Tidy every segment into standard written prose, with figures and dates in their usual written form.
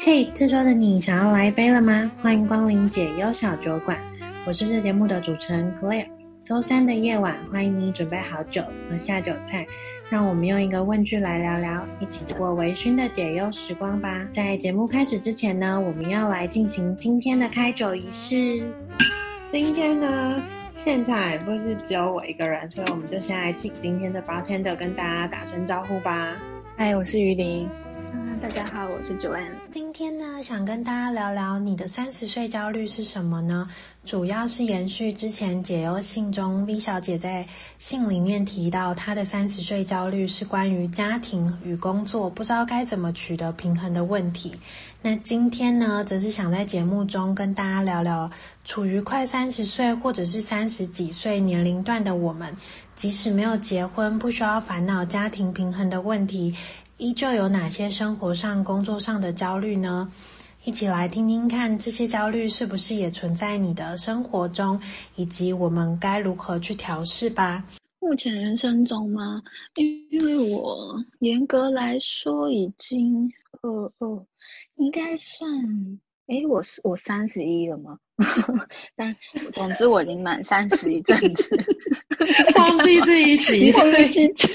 嘿，这周的你想要来一杯了吗？欢迎光临解忧小酒馆，我是这节目的主持人 Claire。周三的夜晚，欢迎你准备好酒和下酒菜，让我们用一个问句来聊聊，一起度过微醺的解忧时光吧。在节目开始之前呢，我们要来进行今天的开酒仪式。今天呢，现场也不是只有我一个人，所以我们就先来请今天的 bartender 跟大家打声招呼吧。 嗨，我是于林。 大家好，我是 Joanne。 今天呢，想跟大家聊聊你的30岁焦虑是什么呢？主要是延续之前解忧信中 V 小姐在信里面提到，她的30岁焦虑是关于家庭与工作不知道该怎么取得平衡的问题。那今天呢，则是想在节目中跟大家聊聊，处于快30岁或者是30几岁年龄段的我们，即使没有结婚，不需要烦恼家庭平衡的问题，依旧有哪些生活上、工作上的焦虑呢？一起来听听看，这些焦虑是不是也存在你的生活中，以及我们该如何去调试吧。 目前人生中吗？因为我严格来说已经应该算我31了吗？但总之我已经满30一阵子， 忘记自己几岁。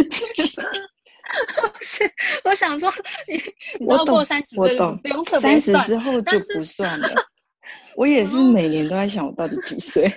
我想说你到过30岁不用特别算 ，30之后就不算了。我也是每年都在想我到底几岁。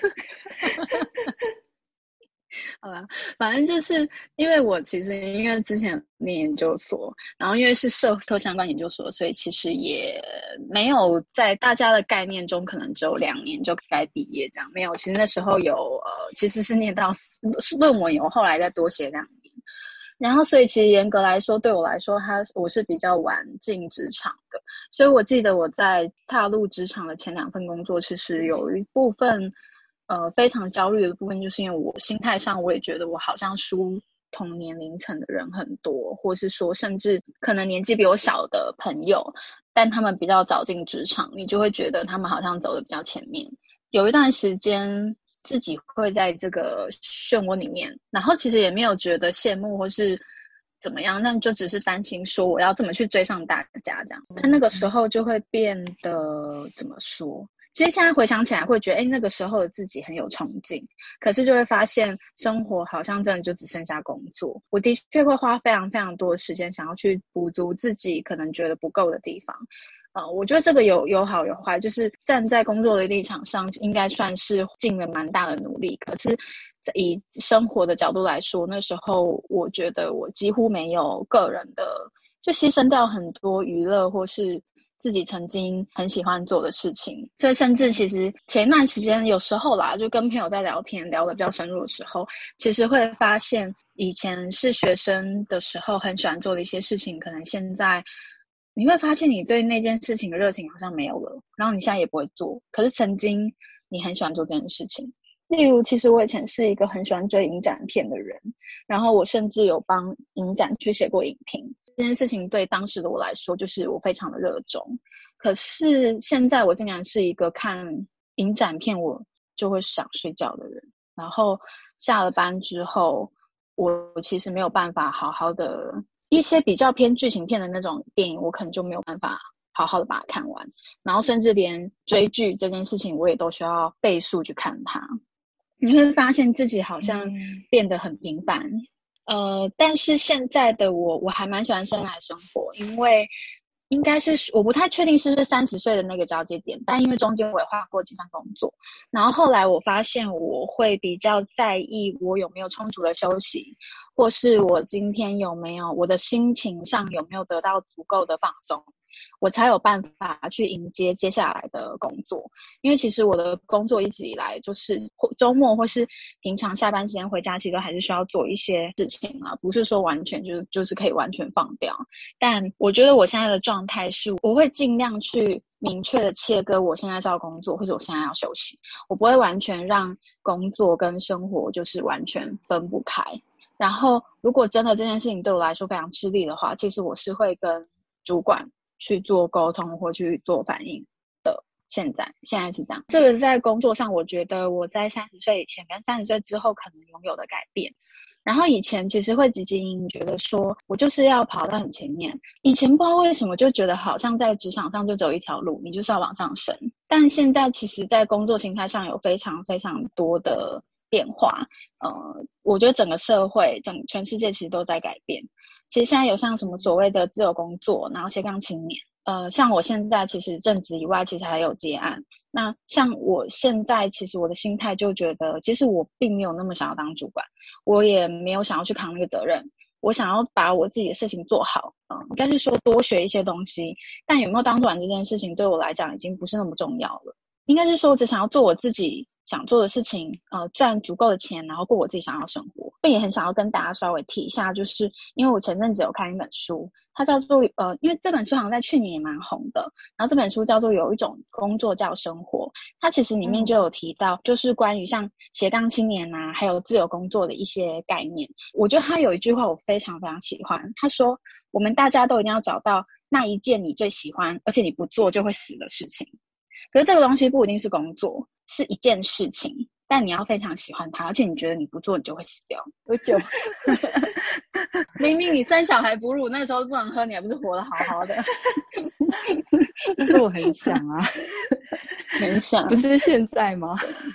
好吧，反正就是因为我其实因为之前念研究所，然后因为是社科相关研究所，所以其实也没有在大家的概念中可能只有2年就该毕业这样，没有，其实那时候有其实是念到论文有后来再多写2年。然后所以其实严格来说，对我来说我是比较晚进职场的，所以我记得我在踏入职场的前2份工作，其实有一部分非常焦虑的部分，就是因为我心态上我也觉得我好像输同年龄层的人很多，或是说甚至可能年纪比我小的朋友，但他们比较早进职场，你就会觉得他们好像走得比较前面。有一段时间自己会在这个漩涡里面，然后其实也没有觉得羡慕或是怎么样，但就只是担心说我要怎么去追上大家这样。但那个时候就会变得怎么说，其实现在回想起来会觉得那个时候的自己很有冲劲，可是就会发现生活好像真的就只剩下工作。我的确会花非常非常多的时间想要去补足自己可能觉得不够的地方。我觉得这个有好有坏，就是站在工作的立场上应该算是尽了蛮大的努力，可是以生活的角度来说，那时候我觉得我几乎没有个人的，就牺牲掉很多娱乐或是自己曾经很喜欢做的事情。所以甚至其实前一段时间有时候啦，就跟朋友在聊天聊得比较深入的时候，其实会发现以前是学生的时候很喜欢做的一些事情，可能现在你会发现你对那件事情的热情好像没有了，然后你现在也不会做，可是曾经你很喜欢做这件事情。例如其实我以前是一个很喜欢追影展片的人，然后我甚至有帮影展去写过影评，这件事情对当时的我来说就是我非常的热衷。可是现在我竟然是一个看影展片我就会想睡觉的人，然后下了班之后我其实没有办法好好的，一些比较偏剧情片的那种电影我可能就没有办法好好的把它看完，然后甚至连追剧这件事情我也都需要倍速去看它。你会发现自己好像变得很平凡。但是现在的我还蛮喜欢现在的生活，因为应该是我不太确定是不是30岁的那个交接点，但因为中间我也换过几份工作，然后后来我发现我会比较在意我有没有充足的休息，或是我今天有没有我的心情上有没有得到足够的放松，我才有办法去迎接接下来的工作。因为其实我的工作一直以来就是周末或是平常下班时间回家，其实都还是需要做一些事情啦，不是说完全就是可以完全放掉。但我觉得我现在的状态是我会尽量去明确的切割我现在是要工作或者我现在要休息，我不会完全让工作跟生活就是完全分不开。然后如果真的这件事情对我来说非常吃力的话，其实我是会跟主管去做沟通或去做反应的。现在是这样。这个在工作上我觉得我在30岁以前跟30岁之后可能拥有的改变。 然后以前其实会汲汲营营，觉得说我就是要跑到很前面。以前不知道为什么就觉得好像在职场上就只有一条路，你就是要往上升。但现在其实在工作形态上有非常非常多的变化。我觉得整个社会全世界其实都在改变。其实现在有像什么所谓的自由工作，然后斜杠青年，像我现在其实正职以外其实还有接案。那像我现在其实我的心态就觉得，其实我并没有那么想要当主管，我也没有想要去扛那个责任，我想要把我自己的事情做好。应该是说多学一些东西，但有没有当主管这件事情对我来讲已经不是那么重要了。应该是说我只想要做我自己想做的事情，赚足够的钱，然后过我自己想要的生活。并也很想要跟大家稍微提一下，就是因为我前阵子有看一本书，它叫做因为这本书好像在去年也蛮红的，然后这本书叫做有一种工作叫生活。它其实里面就有提到就是关于像斜杠青年啊还有自由工作的一些概念。我觉得他有一句话我非常非常喜欢，他说我们大家都一定要找到那一件你最喜欢而且你不做就会死的事情。可是这个东西不一定是工作，是一件事情，但你要非常喜欢它，而且你觉得你不做你就会死掉。 喝酒明明你生小孩哺乳那时候不能喝，你还不是活得好好的。 但是我很想啊。 很想不是现在吗？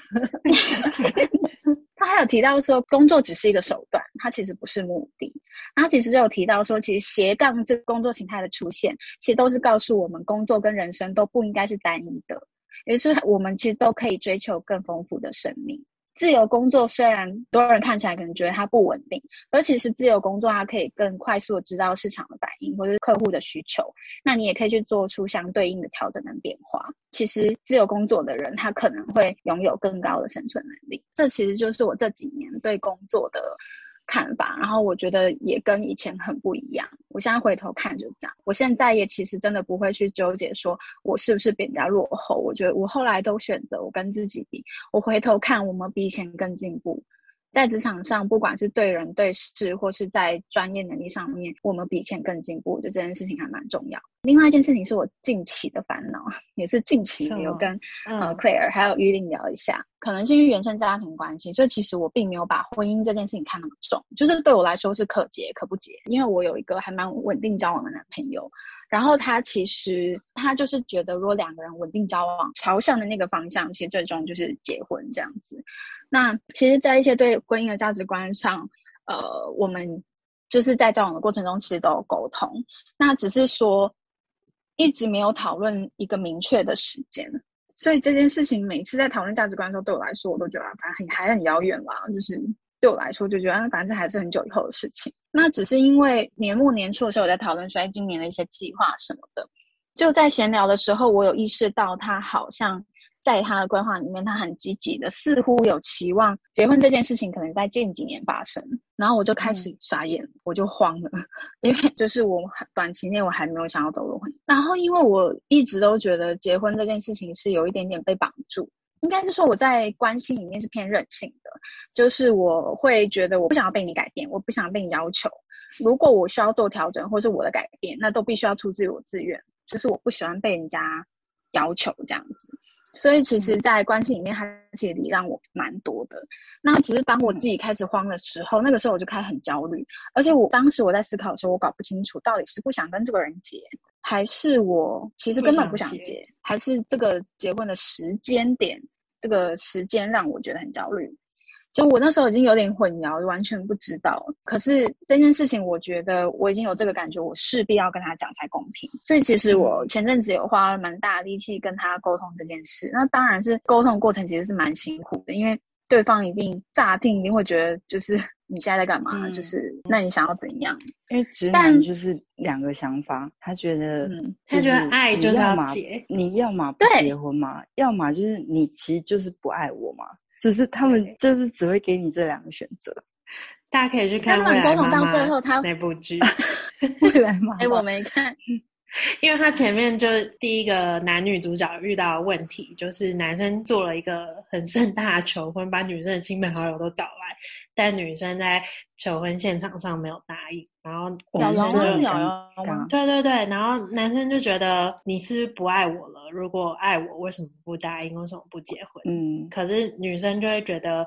他还有提到说工作只是一个手段，它其实不是目的。他其实就有提到说其实斜杠这个工作形态的出现其实都是告诉我们工作跟人生都不应该是单一的，也就是我们其实都可以追求更丰富的生命。自由工作虽然很多人看起来可能觉得它不稳定，而其实自由工作它可以更快速的知道市场的反应或者是客户的需求，那你也可以去做出相对应的调整跟变化。其实自由工作的人他可能会拥有更高的生存能力，这其实就是我这几年对工作的看法，然后我觉得也跟以前很不一样。我现在回头看就这样，我现在也其实真的不会去纠结说我是不是比人家落后。我觉得我后来都选择我跟自己比，我回头看我们比以前更进步。在职场上不管是对人对事或是在专业能力上面我们比以前更进步，我觉得这件事情还蛮重要。另外一件事情是我近期的烦恼，也是近期有跟Claire 还有玉玲聊一下。可能是因为原生家庭关系，所以其实我并没有把婚姻这件事情看那么重，就是对我来说是可结可不结。因为我有一个还蛮稳定交往的男朋友，然后他就是觉得如果两个人稳定交往朝向的那个方向，其实最终就是结婚这样子。那其实在一些对婚姻的价值观上我们就是在交往的过程中其实都有沟通，那只是说一直没有讨论一个明确的时间。所以这件事情每次在讨论价值观的时候，对我来说我都觉得反正还很遥远啦，就是对我来说就觉得反正这还是很久以后的事情。那只是因为年末年初的时候我在讨论说今年的一些计划什么的，就在闲聊的时候我有意识到他好像在他的规划里面他很积极的似乎有期望结婚这件事情可能在近几年发生。然后我就开始傻眼我就慌了，因为就是我短期内我还没有想要走入婚姻。然后因为我一直都觉得结婚这件事情是有一点点被绑住，应该是说我在关系里面是偏任性的，就是我会觉得我不想要被你改变，我不想被你要求，如果我需要做调整或是我的改变，那都必须要出自于我自愿，就是我不喜欢被人家要求这样子。所以其实在关系里面他其实礼让我蛮多的。那只是当我自己开始慌的时候，那个时候我就开始很焦虑，而且当时我在思考的时候我搞不清楚到底是不想跟这个人结，还是我其实根本不想结，还是这个结婚的时间点这个时间让我觉得很焦虑。就我那时候已经有点混淆，完全不知道。可是这件事情我觉得我已经有这个感觉，我势必要跟他讲才公平。所以其实我前阵子有花了蛮大的力气跟他沟通这件事。那当然是沟通过程其实是蛮辛苦的，因为对方一定乍听一定会觉得就是你现在在干嘛，就是那你想要怎样。 因为直男就是两个想法，他觉得他觉得爱就是要结， 你要嘛不结婚嘛，要么就是你其实就是不爱我嘛，就是他们就是只会给你这两个选择。 大家可以去看未来妈妈沟通到最后他那部剧未来妈妈我没看因为他前面就第一个男女主角遇到的问题就是男生做了一个很盛大的求婚，把女生的亲朋好友都找来，但女生在求婚现场上没有答应，然后男生就对对对，然后男生就觉得你是不是不爱我了，如果爱我为什么不答应，为什么不结婚。可是女生就会觉得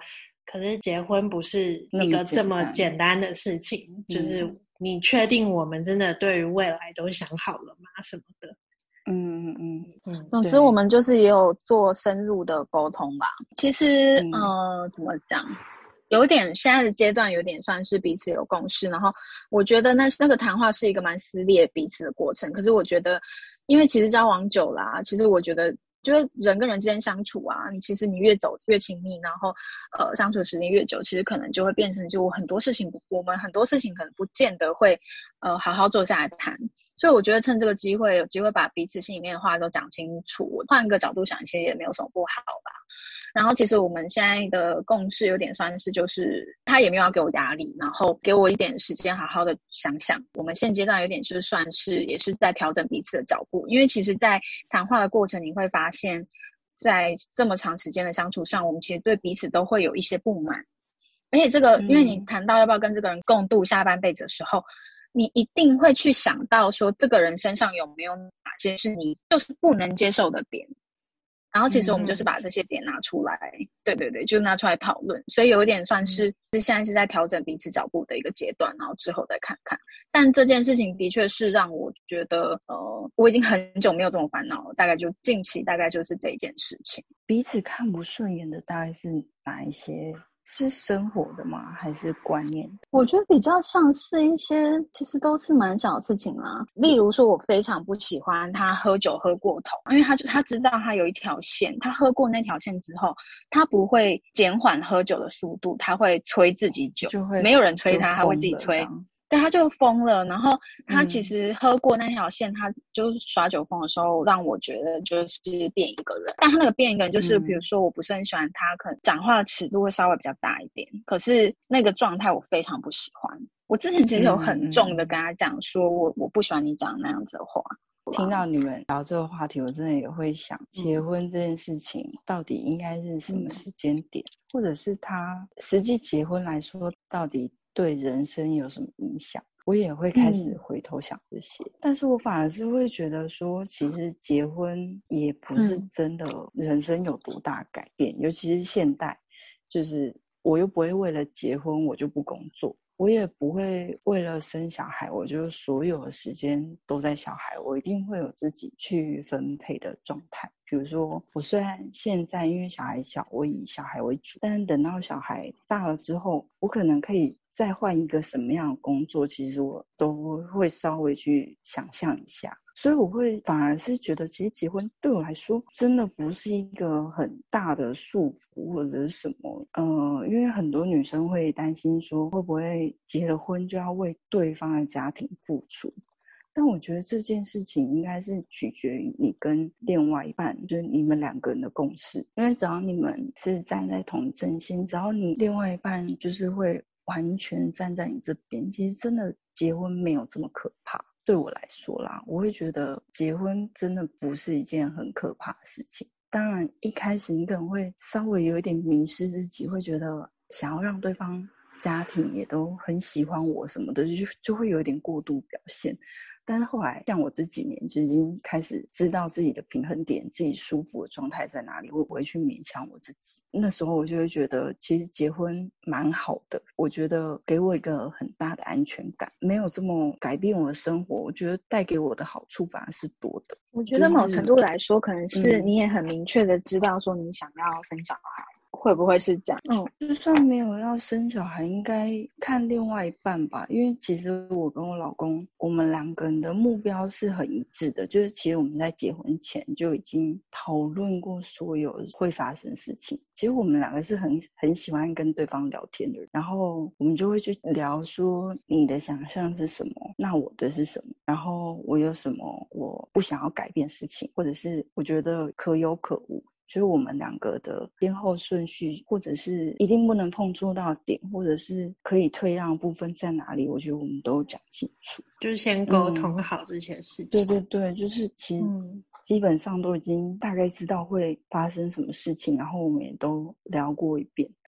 可是结婚不是一个这么简单的事情，就是你确定我们真的对于未来都想好了吗？什么的。 总之我们就是也有做深入的沟通吧。其实怎么讲，有点现在的阶段有点算是彼此有共识，然后我觉得那个谈话是一个蛮撕裂彼此的过程。可是我觉得因为其实交往久啦，其实我觉得就是人跟人之间相处啊，其实你越走越亲密，然后相处时间越久，其实可能就会变成就我们很多事情可能不见得会好好坐下来谈。所以我觉得趁这个机会，有机会把彼此心里面的话都讲清楚，换个角度想，其实也没有什么不好吧。然后其实我们现在的共识有点算是，就是他也没有要给我压力，然后给我一点时间好好的想想。我们现阶段有点就是算是也是在调整彼此的脚步，因为其实在谈话的过程你会发现，在这么长时间的相处上，我们其实对彼此都会有一些不满。而且这个因为你谈到要不要跟这个人共度下半辈子的时候，你一定会去想到说这个人身上有没有哪些是你就是不能接受的点，然后其实我们就是把这些点拿出来，对，就拿出来讨论。所以有一点算是现在是在调整彼此脚步的一个阶段，然后之后再看看。但这件事情的确是让我觉得我已经很久没有这种烦恼了，大概就近期大概就是这一件事情。 彼此看不顺眼的大概是哪一些？是生活的吗？还是观念？ 我觉得比较像是一些其实都是蛮小的事情啦。例如说我非常不喜欢他喝酒喝过头，因为他知道他有一条线，他喝过那条线之后，他不会减缓喝酒的速度，他会催自己酒，没有人催他会自己催。对，他就疯了。然后他其实喝过那条线，他就是耍酒疯的时候，让我觉得就是变一个人。但他那个变一个人，就是比如说我不是很喜欢他，可能讲话的尺度会稍微比较大一点。可是那个状态我非常不喜欢。我之前其实有很重的跟他讲说，我不喜欢你讲那样子的话。 听到你们聊这个话题，我真的也会想，结婚这件事情到底应该是什么时间点，或者是他实际结婚来说，到底对人生有什么影响？我也会开始回头想这些，但是我反而是会觉得说，其实结婚也不是真的人生有多大改变，尤其是现代，就是我又不会为了结婚我就不工作，我也不会为了生小孩我就所有的时间都在小孩，我一定会有自己去分配的状态。比如说我虽然现在因为小孩小，我以小孩为主，但是等到小孩大了之后，我可能可以再换一个什么样的工作，其实我都会稍微去想象一下。所以我会反而是觉得，其实结婚对我来说真的不是一个很大的束缚或者是什么。因为很多女生会担心说，会不会结了婚就要为对方的家庭付出。但我觉得这件事情应该是取决于你跟另外一半，就是你们两个人的共识。因为只要你们是站在同一阵线，只要你另外一半就是会完全站在你这边，其实真的结婚没有这么可怕。对我来说啦，我会觉得结婚真的不是一件很可怕的事情。当然一开始你可能会稍微有一点迷失自己，会觉得想要让对方家庭也都很喜欢我什么的，就会有一点过度表现。但是后来像我这几年就已经开始知道自己的平衡点，自己舒服的状态在哪里，我不会去勉强我自己。那时候我就会觉得其实结婚蛮好的，我觉得给我一个很大的安全感，没有这么改变我的生活，我觉得带给我的好处反而是多的。 我觉得某程度来说，可能是你也很明确的知道说你想要生小孩，会不会是这样？ 就算没有要生小孩，应该看另外一半吧。因为其实我跟我老公，我们两个人的目标是很一致的，就是其实我们在结婚前就已经讨论过所有会发生的事情。其实我们两个是很喜欢跟对方聊天的人，然后我们就会去聊说你的想象是什么，那我的是什么，然后我有什么我不想要改变的事情，或者是我觉得可有可无。所以我们两个的先后顺序，或者是一定不能碰触到的点，或者是可以退让的部分在哪里，我觉得我们都讲清楚， 就是先沟通好这些事情。 对，就是其实基本上都已经大概知道会发生什么事情，然后我们也都聊过一遍。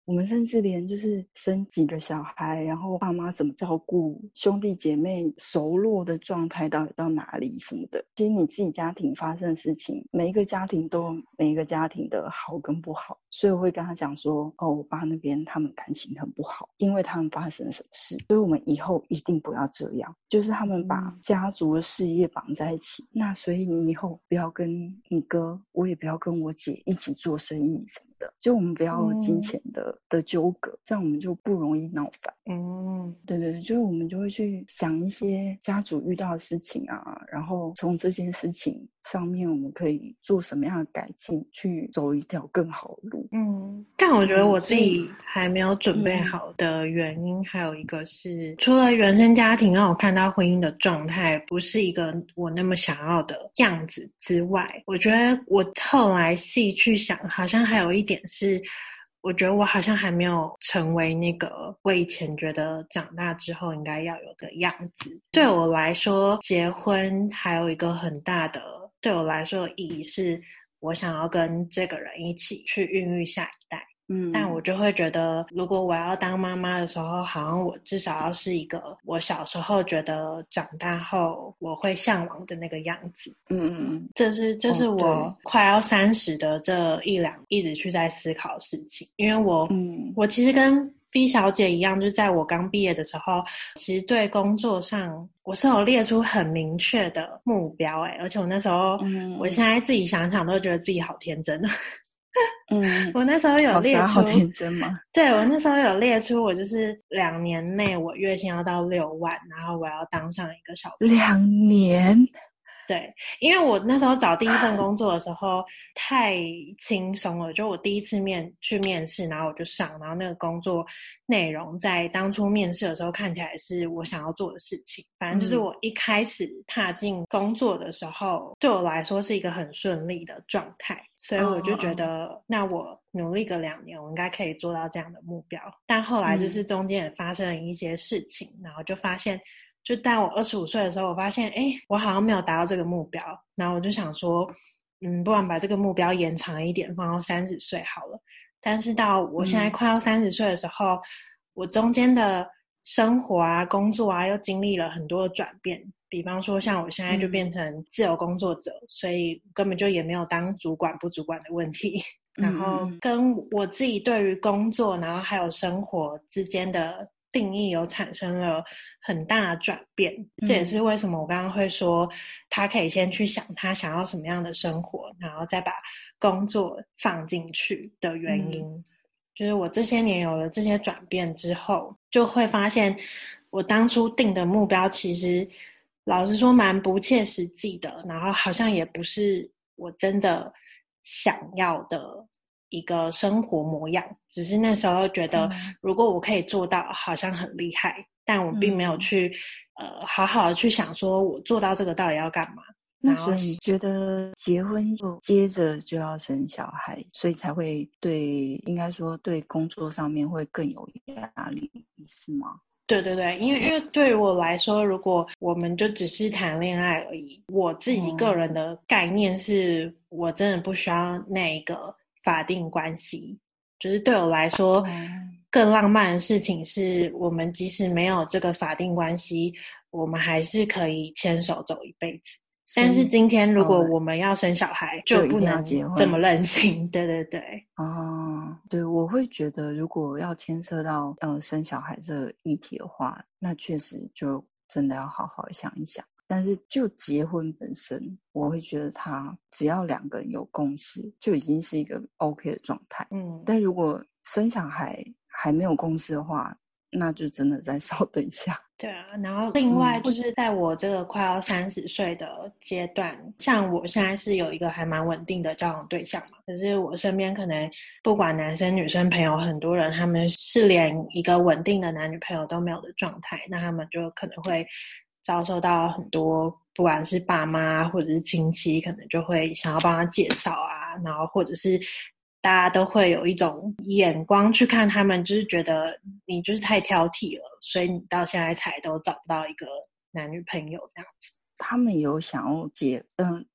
我们甚至连就是生几个小孩，然后爸妈怎么照顾，兄弟姐妹熟络的状态到底到哪里什么的。其实你自己家庭发生的事情，每一个家庭都有每一个家庭的好跟不好，所以我会跟他讲说，哦，我爸那边他们感情很不好，因为他们发生了什么事，所以我们以后一定不要这样。就是他们把家族的事业绑在一起，那所以你以后不要跟你哥，我也不要跟我姐一起做生意什么的，就我们不要有金钱的纠葛，这样我们就不容易闹翻。对对对，就是我们就会去想一些家族遇到的事情啊，然后从这件事情上面我们可以做什么样的改进，去走一条更好的路。 但我觉得我自己还没有准备好的原因，还有一个是除了原生家庭让我看到婚姻的状态不是一个我那么想要的样子之外，我觉得我后来细去想，好像还有一点是我觉得我好像还没有成为那个我以前觉得长大之后应该要有的样子。对我来说，结婚还有一个很大的对我来说的意义是我想要跟这个人一起去孕育下一代。但我就会觉得如果我要当妈妈的时候，好像我至少要是一个我小时候觉得长大后我会向往的那个样子。这是我快要30的这一直去在思考的事情。因为我其实跟 B 小姐一样，就是在我刚毕业的时候，其实对工作上我是有列出很明确的目标而且我那时候我现在自己想想都觉得自己好天真我那时候有列出好天真吗？ 对，我那时候有列出我就是2年内我月薪要到6万，然后我要当上一个小 2年？ 对，因为我那时候找第一份工作的时候太轻松了，就我第一次去面试，然后我就上，然后那个工作内容在当初面试的时候看起来是我想要做的事情。反正就是我一开始踏进工作的时候，对我来说是一个很顺利的状态，所以我就觉得那我努力个2年我应该可以做到这样的目标。但后来就是中间也发生了一些事情，然后就发现就当我25岁的时候，我发现我好像没有达到这个目标，然后我就想说不然把这个目标延长一点，放到30岁好了。但是到我现在快要30岁的时候，我中间的生活啊工作啊又经历了很多的转变，比方说像我现在就变成自由工作者，所以根本就也没有当主管不主管的问题然后跟我自己对于工作然后还有生活之间的定义有产生了很大的转变。这也是为什么我刚刚会说他可以先去想他想要什么样的生活，然后再把工作放进去的原因。就是我这些年有了这些转变之后，就会发现我当初定的目标其实老实说蛮不切实际的，然后好像也不是我真的想要的一个生活模样，只是那时候觉得如果我可以做到好像很厉害，但我并没有去好好的去想说我做到这个到底要干嘛。 那所以你觉得结婚就接着就要生小孩，所以才会应该说对工作上面会更有压力，是吗？ 对对对，因为对于我来说，如果我们就只是谈恋爱而已，我自己个人的概念是我真的不需要那一个法定关系。就是对我来说更浪漫的事情是我们即使没有这个法定关系，我们还是可以牵手走一辈子。但是今天如果我们要生小孩，就不能这么任性。对对对。 对，我会觉得如果要牵涉到生小孩这个议题的话，那确实就真的要好好想一想。但是就结婚本身，我会觉得他只要2个人有共识，就已经是一个 OK 的状态。但如果生小孩还没有共识的话，那就真的再稍等一下。 对啊，然后另外就是在我这个快要30岁的阶段，像我现在是有一个还蛮稳定的交往对象嘛，可是我身边可能不管男生女生朋友，很多人他们是连一个稳定的男女朋友都没有的状态，那他们就可能会遭受到很多不管是爸妈或者是亲戚可能就会想要帮他介绍啊，然后或者是大家都会有一种眼光去看他们，就是觉得你就是太挑剔了，所以你到现在才都找不到一个男女朋友这样子。 他们有想要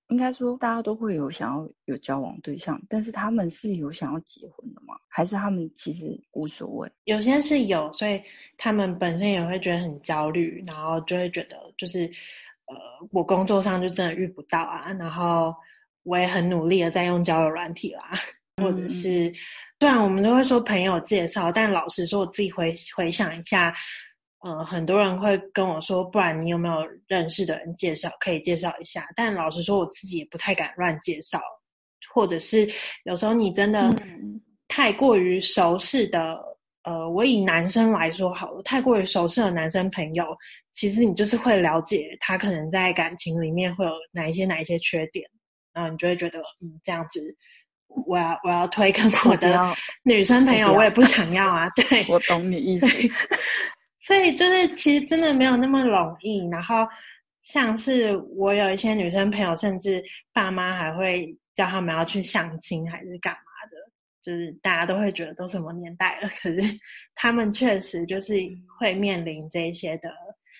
应该说大家都会有想要有交往对象，但是他们是有想要结婚的吗？还是他们其实无所谓？ 有些是有，所以他们本身也会觉得很焦虑，然后就会觉得就是我工作上就真的遇不到啊，然后我也很努力的在用交友软体啦，或者是虽然我们都会说朋友介绍，但老实说我自己回想一下，很多人会跟我说，不然你有没有认识的人介绍，可以介绍一下。但老实说，我自己也不太敢乱介绍，或者是有时候你真的太过于熟识的，我以男生来说好了，太过于熟识的男生朋友，其实你就是会了解他可能在感情里面会有哪一些缺点，然后你就会觉得，这样子。我要推跟我的女生朋友，我也不想要啊。对， 我懂你意思。 所以就是其实真的没有那么容易。然后像是我有一些女生朋友，甚至爸妈还会叫他们要去相亲还是干嘛的，就是大家都会觉得都什么年代了，可是他们确实就是会面临这些的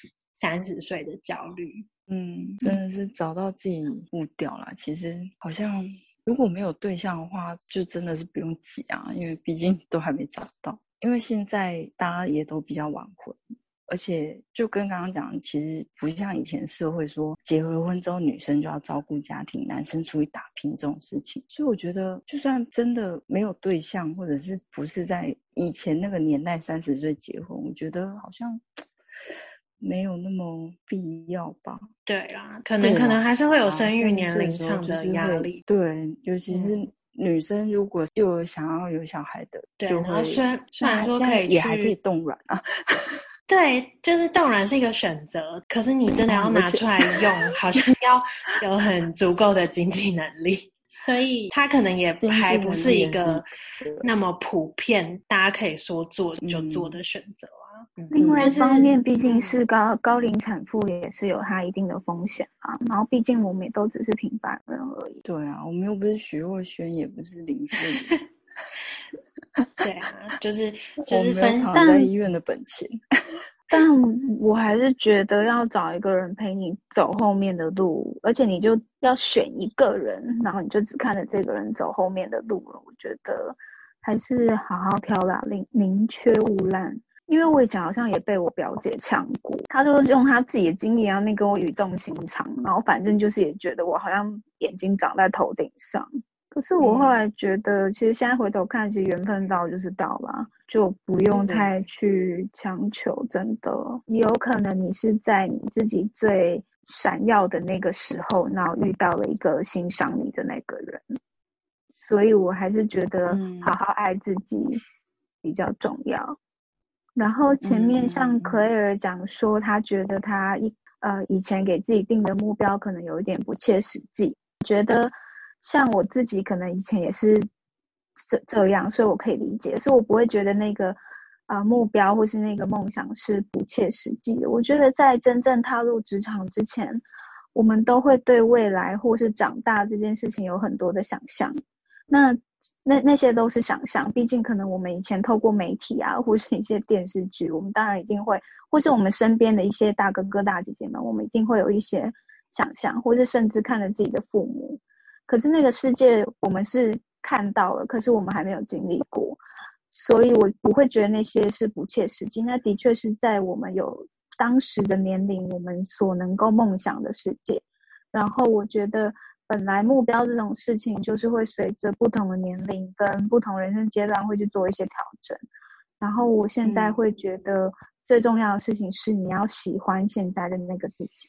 30岁的焦虑。 真的是找到自己步调啦。其实好像如果没有对象的话，就真的是不用急啊，因为毕竟都还没找到。因为现在大家也都比较晚婚，而且就跟刚刚讲，其实不像以前社会说结了婚之后女生就要照顾家庭，男生出去打拼这种事情。所以我觉得就算真的没有对象，或者是不是在以前那个年代30岁结婚，我觉得好像没有那么必要吧。 对啦，可能还是会有生育年龄上的压力。 对，尤其是女生如果又有想要有小孩的， 对， 就会虽然说可以也还可以冻卵啊。 对，就是冻卵是一个选择，可是你真的要拿出来用，好像要有很足够的经济能力，所以它可能也还不是一个那么普遍，大家可以说做就做的选择啊。 另外一方面，毕竟是高龄产妇也是有它一定的风险啊。然后，毕竟我们也都只是平凡人而已。 对啊，我们又不是徐若瑄，也不是林志玲。 对啊，就是我没有躺在医院的本钱。 但我还是觉得要找一个人陪你走后面的路，而且你就要选一个人，然后你就只看着这个人走后面的路了。我觉得还是好好挑啦，宁缺毋滥。因为我以前好像也被我表姐呛过，她就是用她自己的经历在那边跟我语重心长，然后反正就是也觉得我好像眼睛长在头顶上。可是我后来觉得，其实现在回头看，其实缘分到就是到啦，就不用太去强求。真的，有可能你是在你自己最闪耀的那个时候，然后遇到了一个欣赏你的那个人。所以我还是觉得好好爱自己比较重要。然后前面像克莱尔讲说，他觉得他以前给自己定的目标可能有一点不切实际，觉得像我自己可能以前也是这样，所以我可以理解，所以我不会觉得那个目标或是那个梦想是不切实际的。我觉得在真正踏入职场之前，我们都会对未来或是长大这件事情有很多的想象。那些都是想象，毕竟可能我们以前透过媒体啊，或是一些电视剧，我们当然一定会，或是我们身边的一些大哥哥大姐姐们，我们一定会有一些想象，或是甚至看着自己的父母。可是那个世界我们是看到了，可是我们还没有经历过，所以我不会觉得那些是不切实际。那的确是在我们有当时的年龄，我们所能够梦想的世界。然后我觉得本来目标这种事情就是会随着不同的年龄跟不同人生阶段会去做一些调整。然后我现在会觉得最重要的事情是你要喜欢现在的那个自己。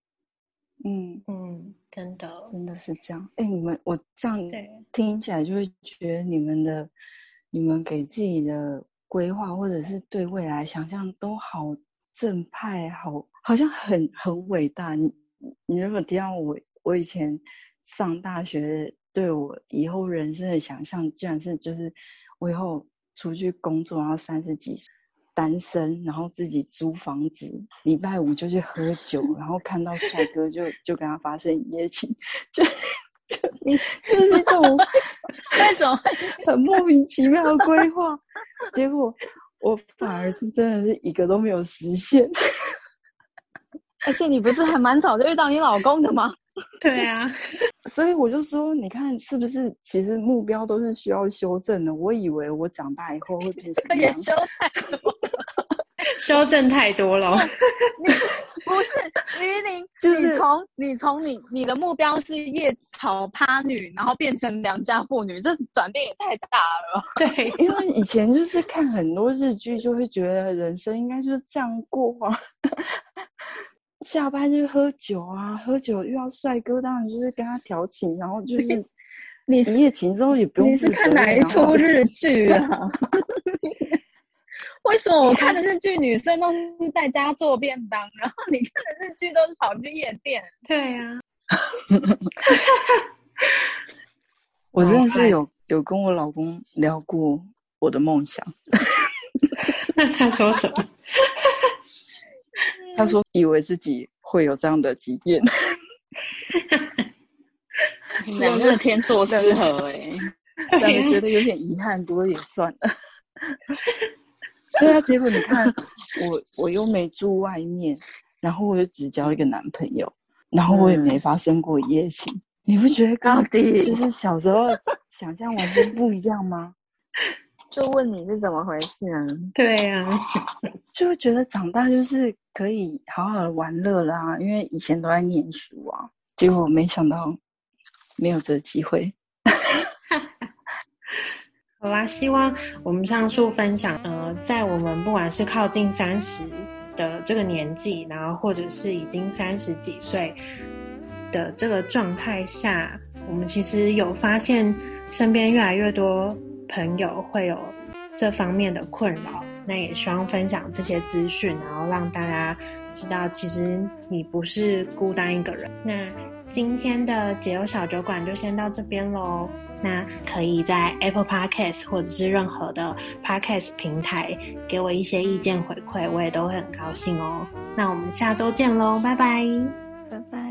真的是这样。我这样听起来就会觉得你们给自己的规划或者是对未来想象都好正派，好像很伟大。你如果提到我以前上大学对我以后人生的想象，居然是就是我以后出去工作，然后30几岁单身，然后自己租房子，礼拜5就去喝酒，然后看到帅哥就跟他发生一夜情，就是这种为什么很莫名其妙的规划，结果我反而是真的是一个都没有实现。 而且你不是还蛮早就遇到你老公的吗？ 对啊， 所以我就说，你看是不是其实目标都是需要修正的？我以为我长大以后会变成那样， 也修太多， 修正太多了。 不是于玲， 就是你从你的目标是夜跑趴女，然后变成良家妇女，这转变也太大了。 对， 因为以前就是看很多日剧，就会觉得人生应该就是这样过啊。下班就喝酒啊，喝酒遇到帅哥，当然就是跟他调情，然后就是你一夜情之后也不用你是看哪一出日剧啊？为什么我看的日剧女生都是在家做便当，然后你看的日剧都是跑去夜店？ 对啊。 我真的是有跟我老公聊过我的梦想。 那他说什么？ 他说以为自己会有这样的经验。 你们两个天作之合但我觉得有点遗憾，不过也算了。对啊，结果你看我又没住外面，然后我就只交一个男朋友，然后我也没发生过一夜情。你不觉得到底就是小时候想象完全不一样吗？ 就问你是怎么回事啊？ 对啊， 就会觉得长大就是可以好好的玩乐啦，因为以前都在念书啊，结果没想到没有这个机会。 好啦，希望我们上述分享，在我们不管是靠近30的这个年纪，然后或者是已经30几岁的这个状态下，我们其实有发现身边越来越多朋友会有这方面的困扰，那也希望分享这些资讯，然后让大家知道其实你不是孤单一个人。那今天的解忧小酒馆就先到这边咯，那可以在 Apple Podcast 或者是任何的 Podcast 平台给我一些意见回馈，我也都会很高兴哦。那我们下周见咯，拜拜。 拜拜。